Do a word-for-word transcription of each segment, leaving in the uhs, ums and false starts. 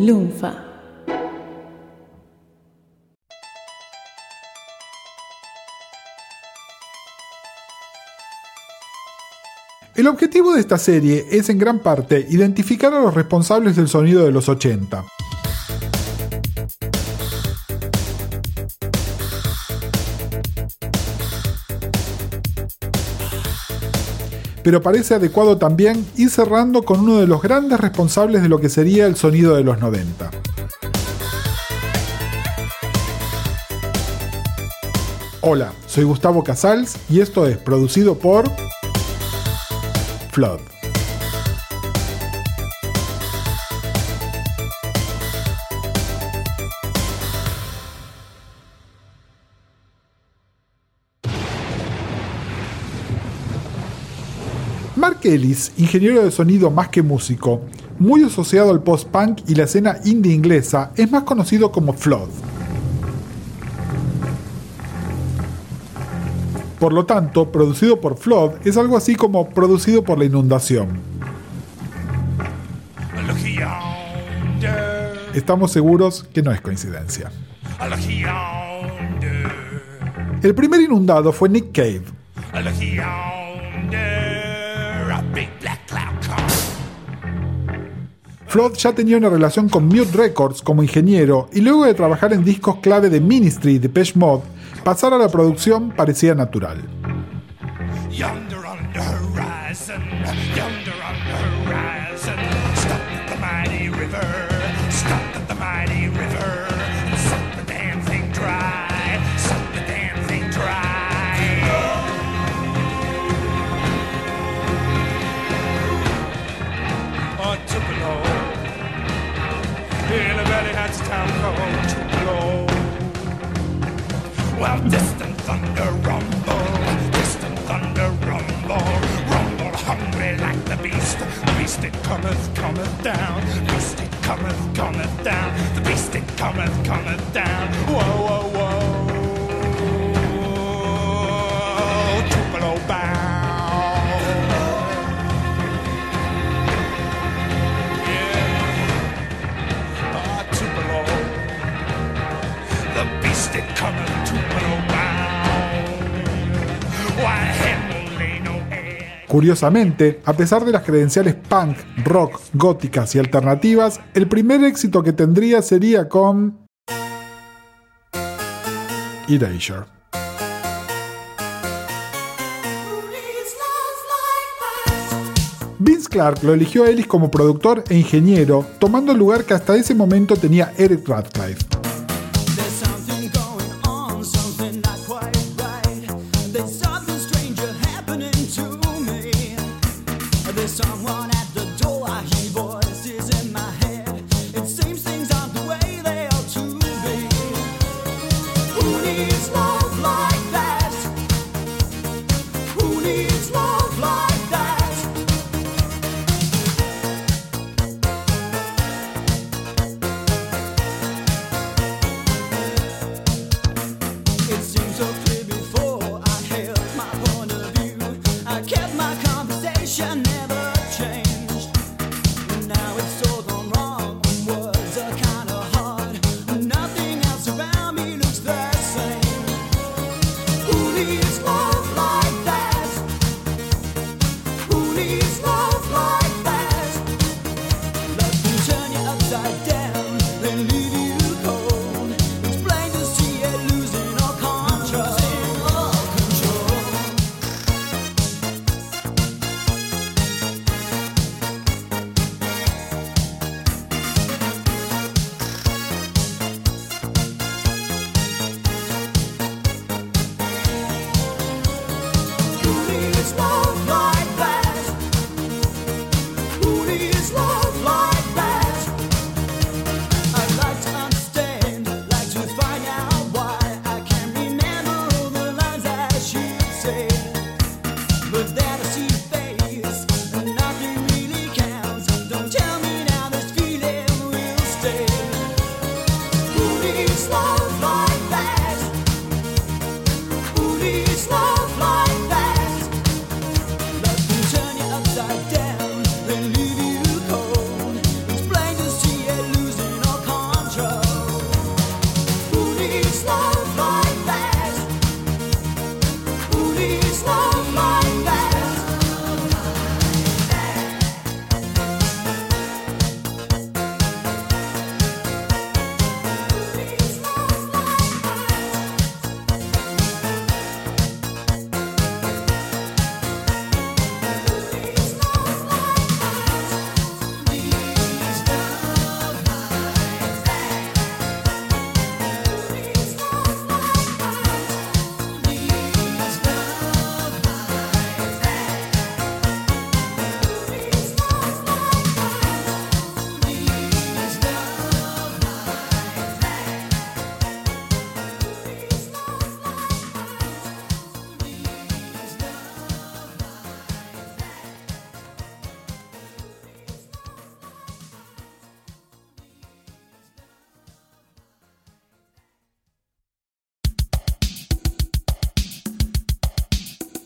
Lunfa. El objetivo de esta serie es en gran parte identificar a los responsables del sonido de los ochenta. Pero parece adecuado también ir cerrando con uno de los grandes responsables de lo que sería el sonido de los noventa. Hola, soy Gustavo Casals y esto es producido por Flood. Mark Ellis, ingeniero de sonido más que músico, muy asociado al post-punk y la escena indie inglesa, es más conocido como Flood. Por lo tanto, producido por Flood es algo así como producido por la inundación. Estamos seguros que no es coincidencia. El primer inundado fue Nick Cave. Flood ya tenía una relación con Mute Records como ingeniero y luego de trabajar en discos clave de Ministry y Depeche Mode, pasar a la producción parecía natural. Yonder on the horizon, yonder on the horizon, stop at the mighty river, stop at the mighty river, suck the damn thing dry, suck the damn thing dry. Oh, Tupelo, anybody has a town called Tupelo. Well, distant thunder rumble, distant thunder rumble, rumble hungry like the beast. The beast it cometh, cometh down, the beast it cometh, cometh down, the beast it cometh, cometh down. Whoa, whoa, whoa, Tupelo bound. Yeah, ah, Tupelo, the beast it cometh. Curiosamente, a pesar de las credenciales punk, rock, góticas y alternativas, el primer éxito que tendría sería con Erasure. Vince Clarke lo eligió a Ellis como productor e ingeniero, tomando el lugar que hasta ese momento tenía Eric Radcliffe.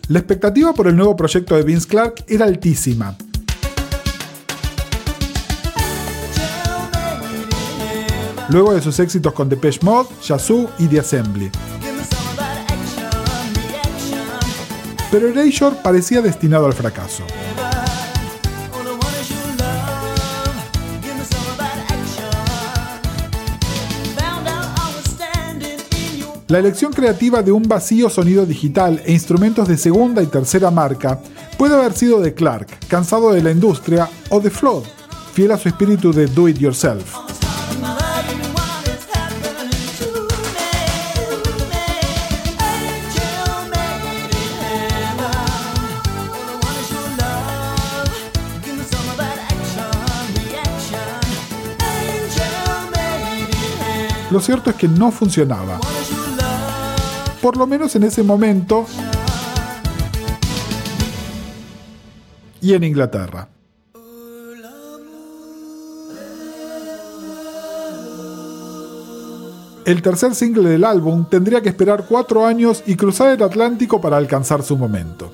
La expectativa por el nuevo proyecto de Vince Clarke era altísima. Luego de sus éxitos con Depeche Mode, Yazoo y The Assembly. Pero Erasure parecía destinado al fracaso. La elección creativa de un vacío sonido digital e instrumentos de segunda y tercera marca puede haber sido de Clarke, cansado de la industria, o de Flood, fiel a su espíritu de do it yourself. Lo cierto es que no funcionaba. Por lo menos en ese momento y en Inglaterra. El tercer single del álbum tendría que esperar cuatro años y cruzar el Atlántico para alcanzar su momento.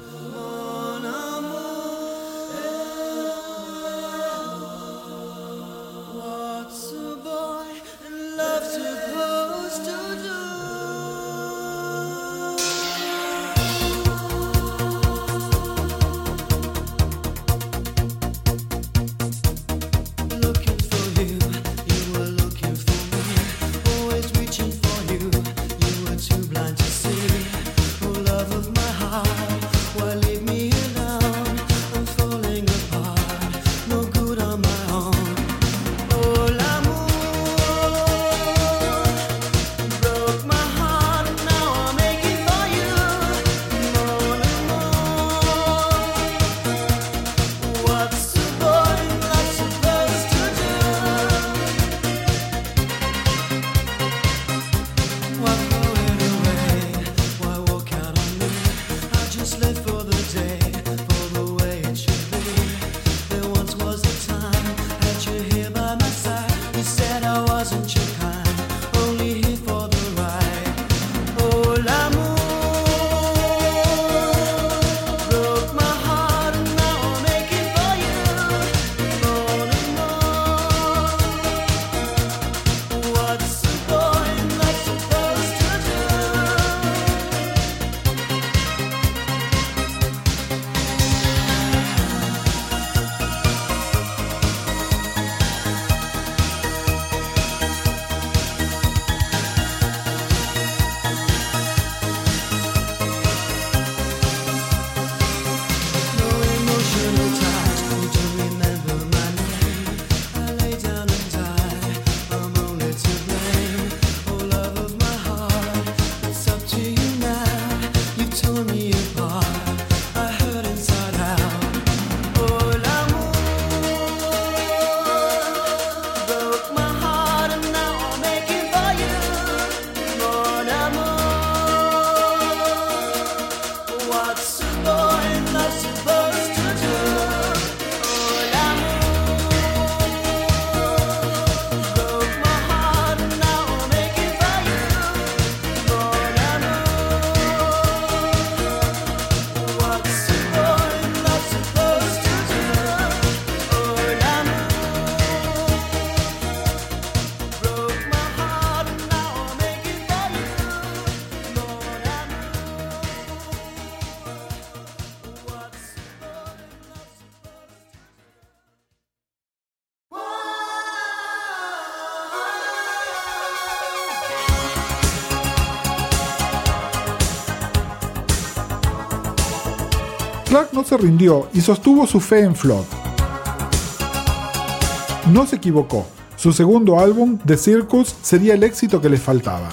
Clarke no se rindió y sostuvo su fe en Flood. No se equivocó, su segundo álbum, The Circus, sería el éxito que les faltaba.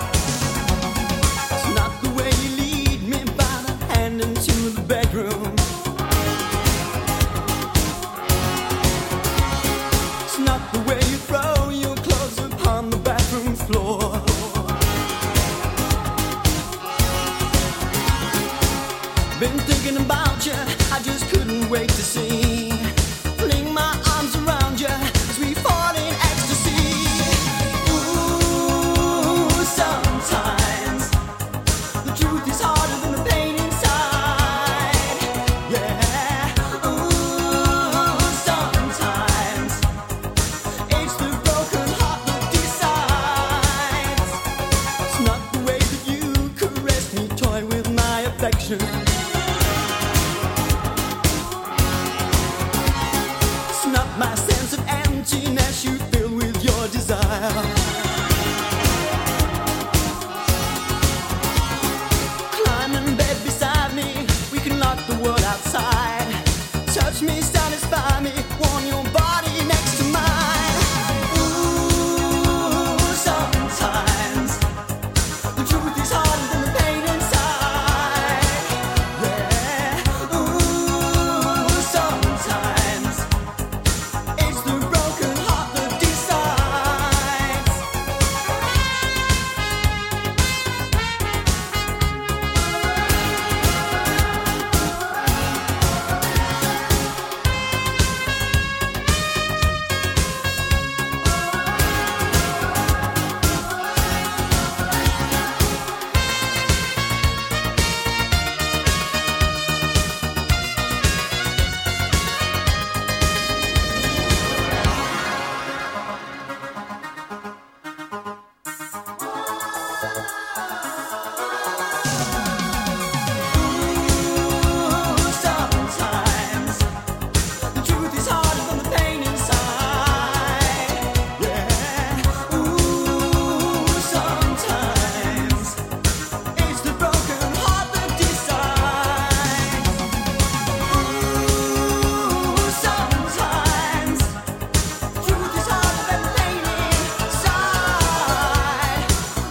Been thinking about you, I just couldn't wait to see. Fling my arms around you as we fall in ecstasy. Ooh, my sense of emptiness you fill with your desire. Climb in bed beside me, we can lock the world outside. Touch me, satisfy me, warm your body next to mine. Ooh, sometimes the truth is harder than the pain inside. Yeah. Ooh, sometimes it's the broken heart that decides. Sometimes the truth is harder than the pain inside. Yeah. Ooh, sometimes it's the broken heart that decides. Ooh, sometimes the truth is harder than the pain inside.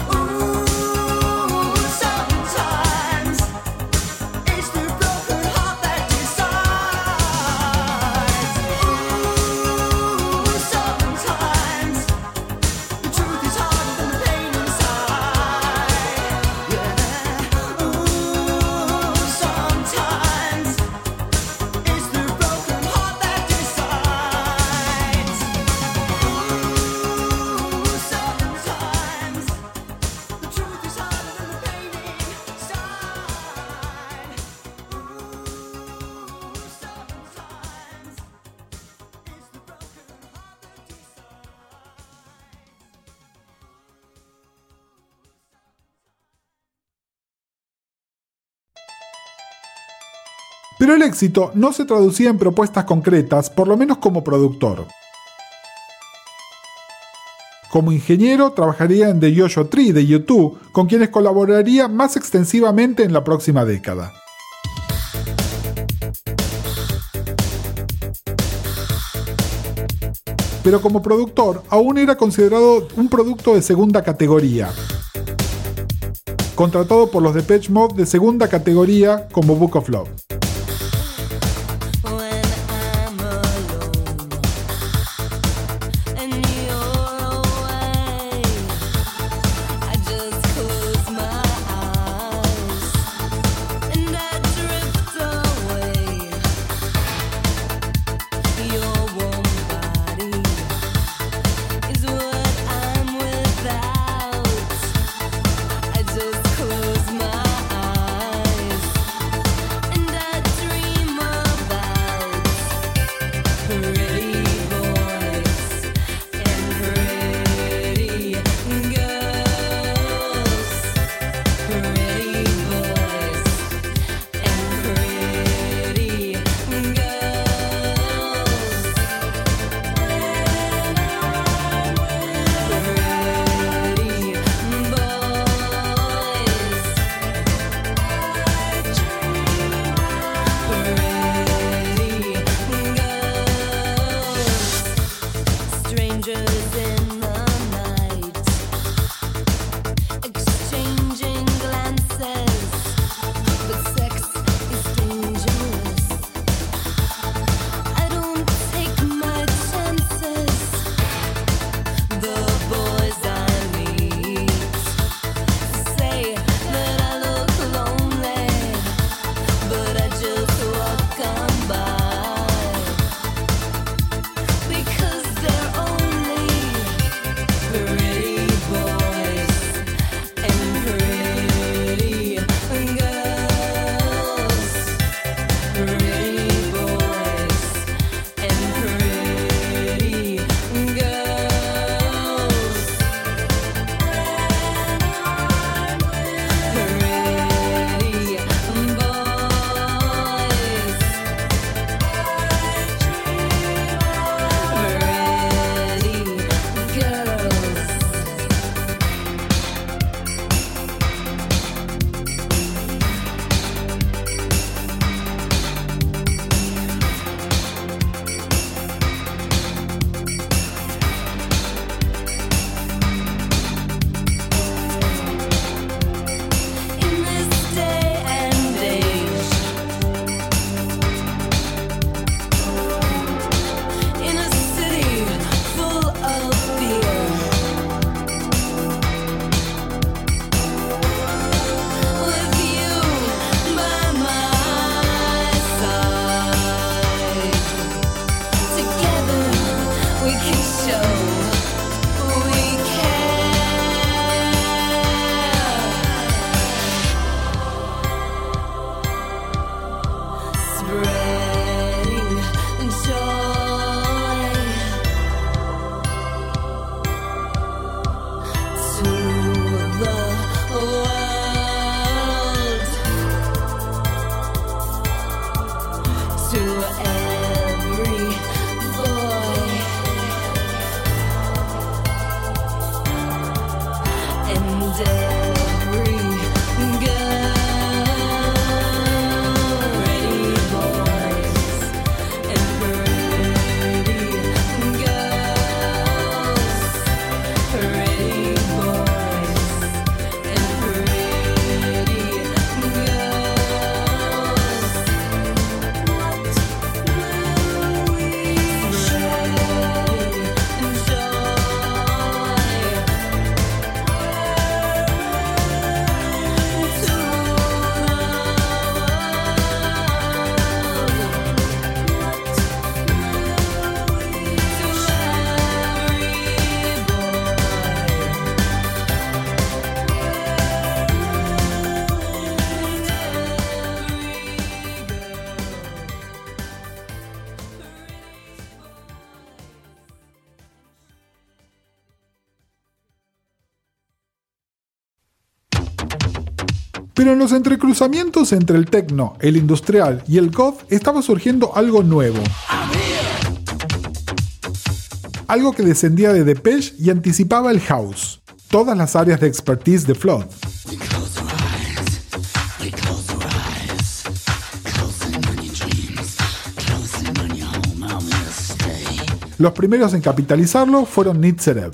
Ooh, sometimes it's the broken heart that decides. Ooh, sometimes the truth is harder than the pain inside. Yeah. Ooh, sometimes it's the broken heart that decides. Ooh, sometimes the truth is harder than the pain inside. Pero el éxito no se traducía en propuestas concretas, por lo menos como productor. Como ingeniero, trabajaría en The Yo-Yo Tree de U dos, con quienes colaboraría más extensivamente en la próxima década. Pero como productor, aún era considerado un producto de segunda categoría, contratado por los Depeche Mode de segunda categoría como Book of Love. And I Pero en los entrecruzamientos entre el techno, el industrial y el goth estaba surgiendo algo nuevo. Algo que descendía de Depeche y anticipaba el house. Todas las áreas de expertise de Flood. Los primeros en capitalizarlo fueron Nit Serev.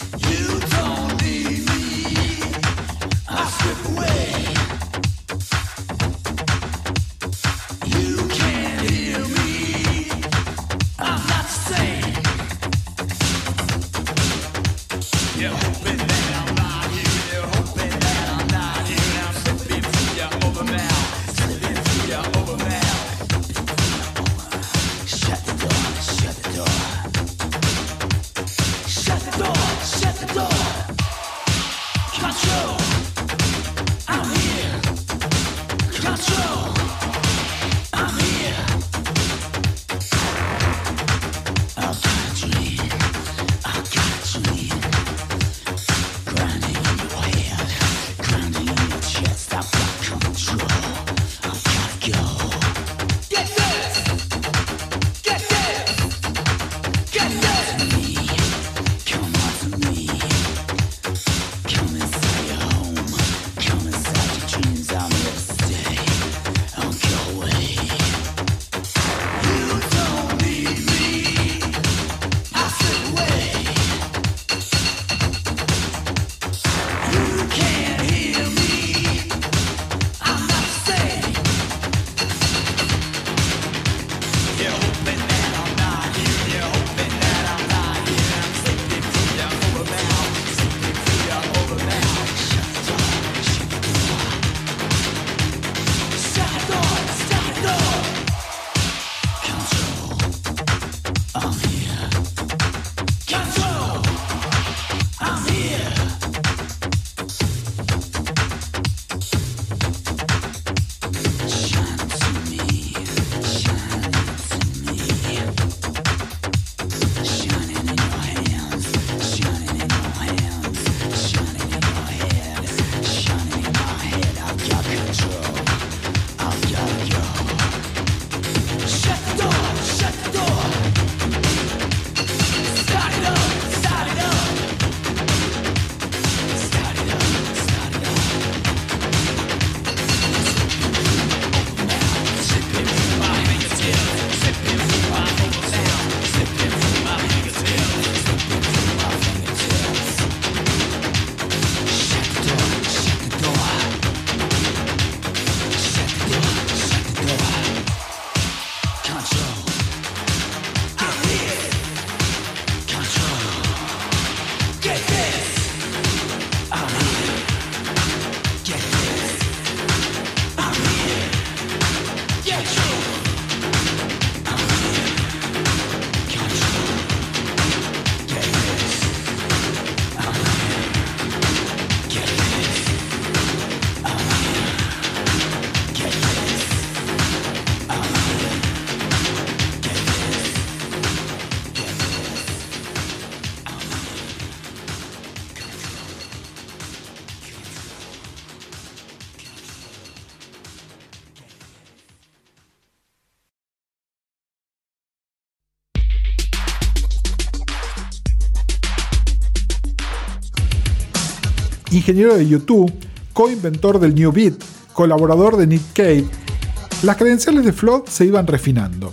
Ingeniero de U dos, co-inventor del New Beat, colaborador de Nick Cave, las credenciales de Flood se iban refinando.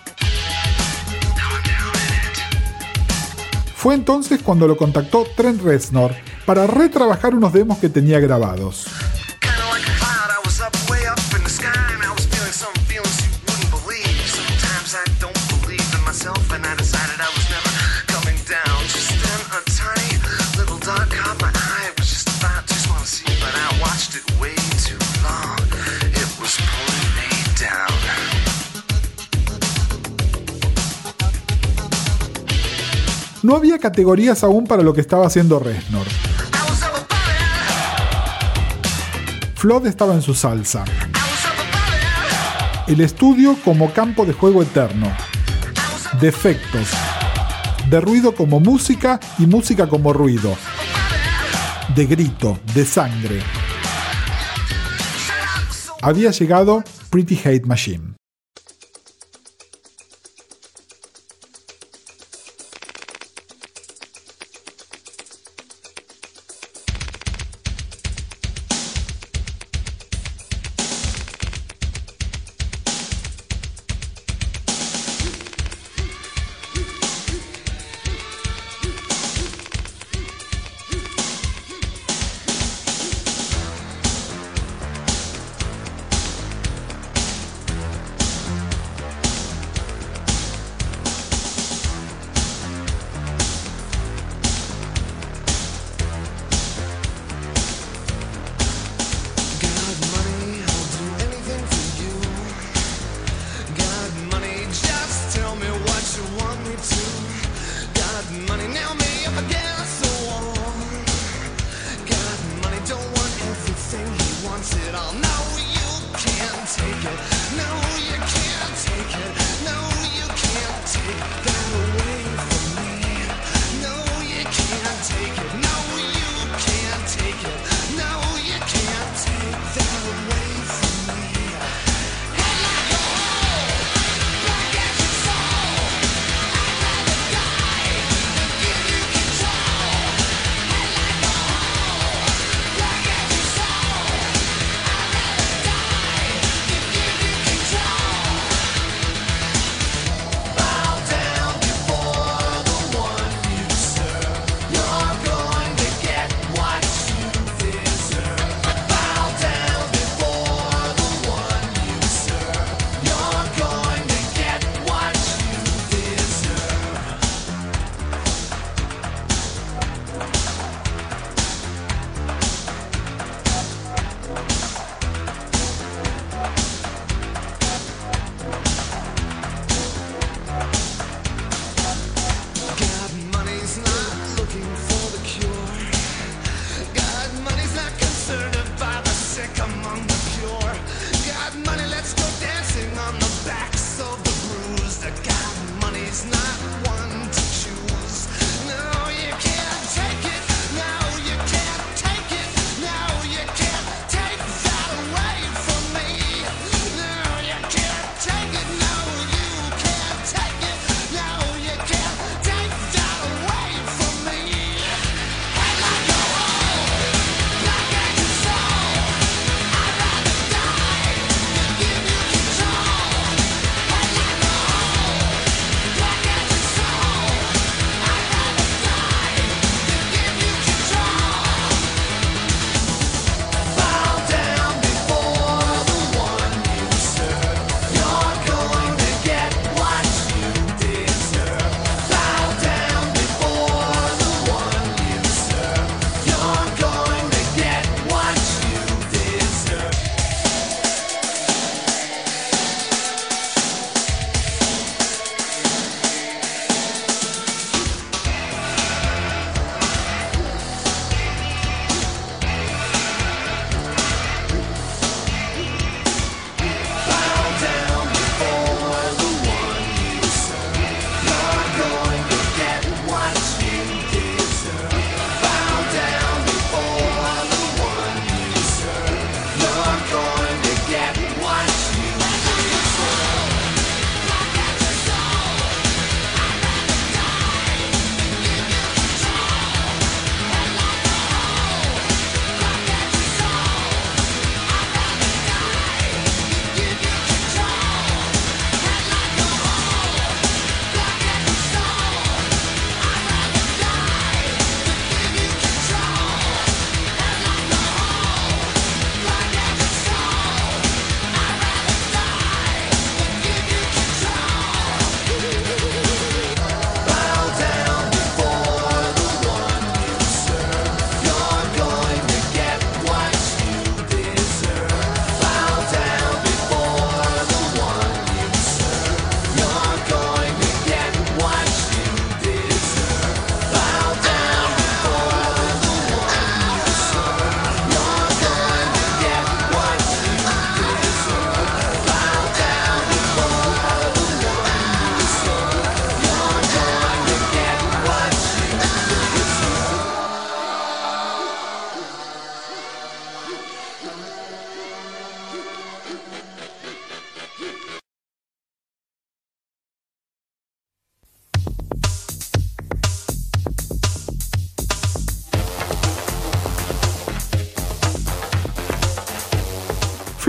Fue entonces cuando lo contactó Trent Reznor para retrabajar unos demos que tenía grabados. No había categorías aún para lo que estaba haciendo Reznor. Flood estaba en su salsa. El estudio como campo de juego eterno. De efectos. De ruido como música y música como ruido. De grito, de sangre. había llegado Pretty Hate Machine.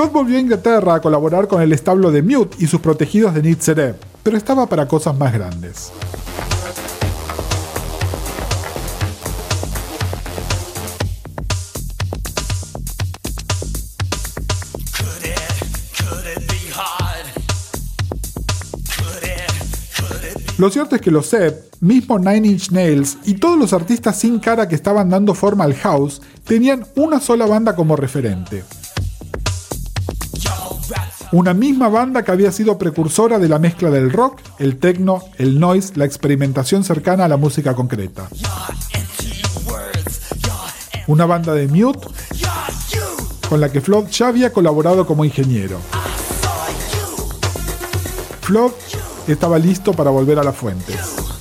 Flood volvió a Inglaterra a colaborar con el establo de Mute y sus protegidos de Nitzerev, pero estaba para cosas más grandes. Lo cierto es que los Zep, mismo Nine Inch Nails y todos los artistas sin cara que estaban dando forma al house tenían una sola banda como referente. Una misma banda que había sido precursora de la mezcla del rock, el techno, el noise, la experimentación cercana a la música concreta. Una banda de Mute con la que Flood ya había colaborado como ingeniero. Flood estaba listo para volver a las fuentes,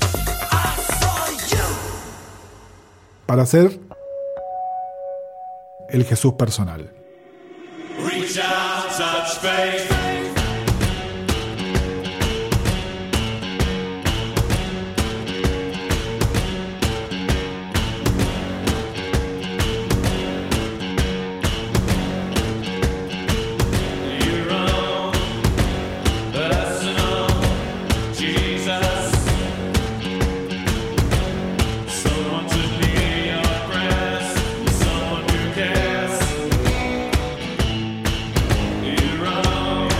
para ser el Jesús personal. Reach out, touch faith. Wrong.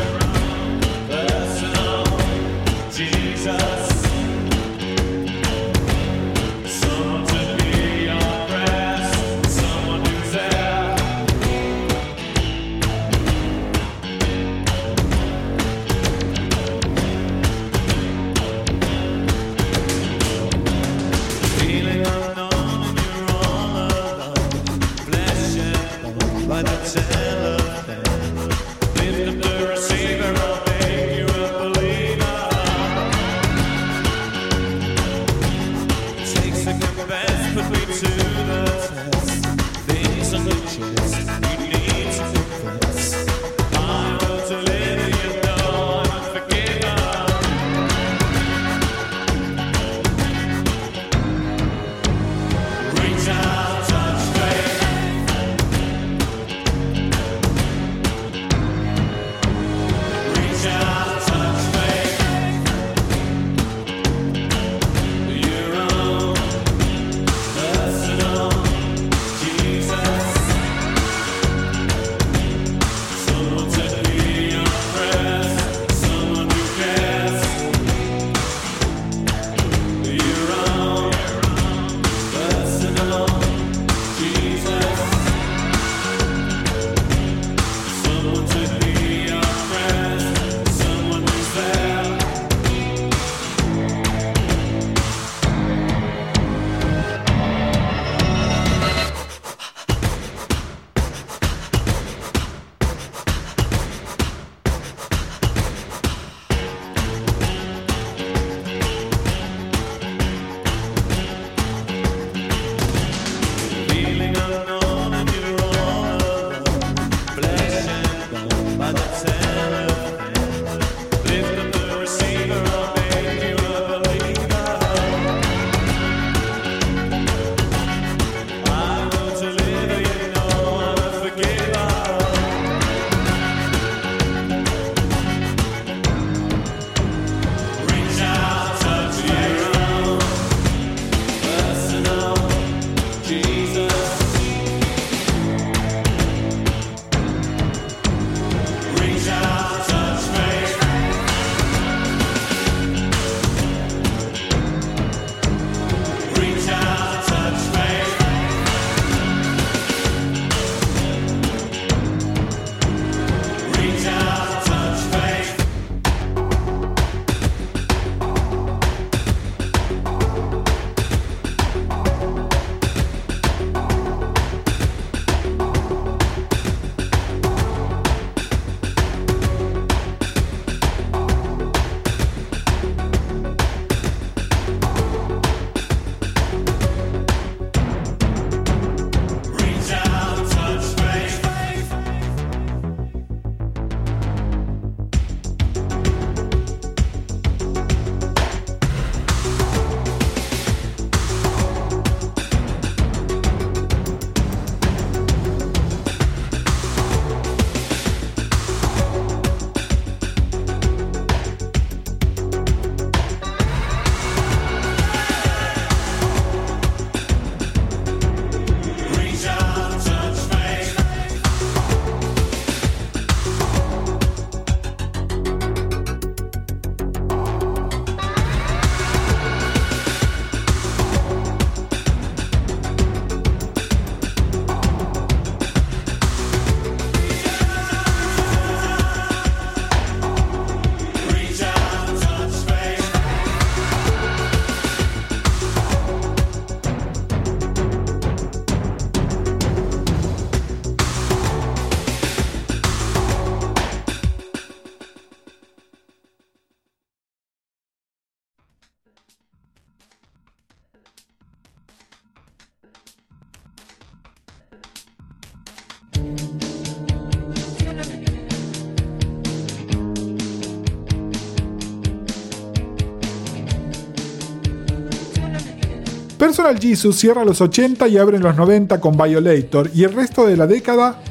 Personal Jesus cierra los ochenta y abre en los noventa con Violator, y el resto de la década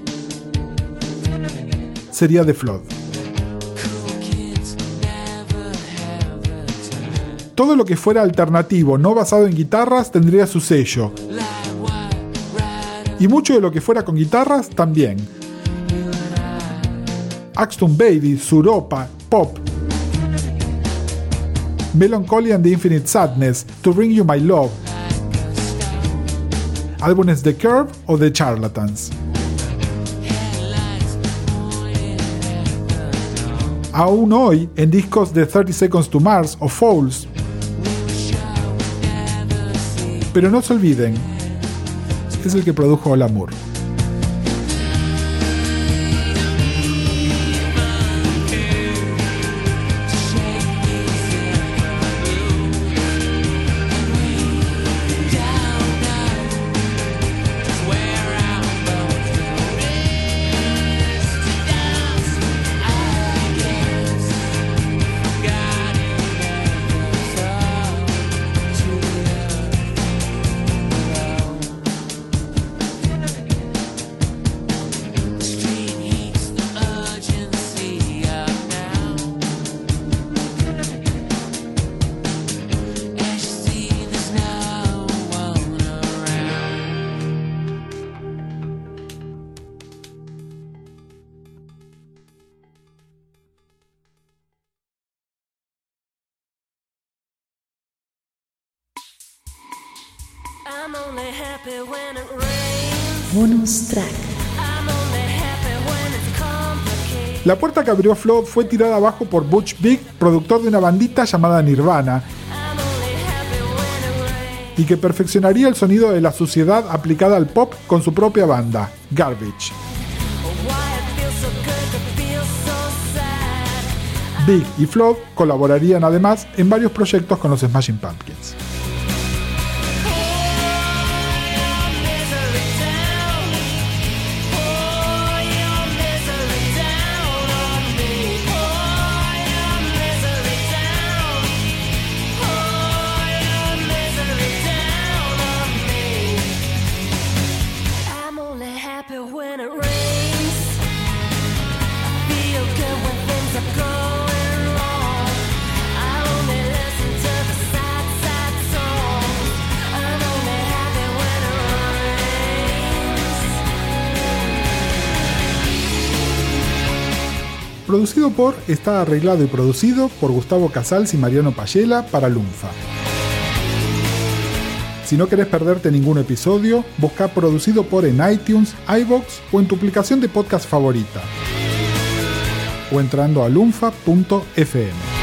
sería The Flood. Todo lo que fuera alternativo, no basado en guitarras, tendría su sello. Y mucho de lo que fuera con guitarras, también. Axton Baby, Suropa, Pop, Melancholy and the Infinite Sadness, To Bring You My Love, álbumes The Curve o The Charlatans. Aún hoy, en discos de thirty Seconds to Mars o Fouls. Pero no se olviden, es el que produjo Lamour. Bonus track. La puerta que abrió Flood fue tirada abajo por Butch Vig, productor de una bandita llamada Nirvana, y que perfeccionaría el sonido de la suciedad aplicada al pop con su propia banda, Garbage. Vig y Flood colaborarían además en varios proyectos con los Smashing Pumpkins. Producido por, está arreglado y producido por Gustavo Casals y Mariano Payela para Lunfa. Si no querés perderte ningún episodio, busca Producido por en iTunes, iVoox o en tu aplicación de podcast favorita. O entrando a lunfa punto f m.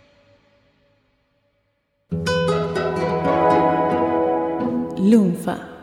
Lunfa.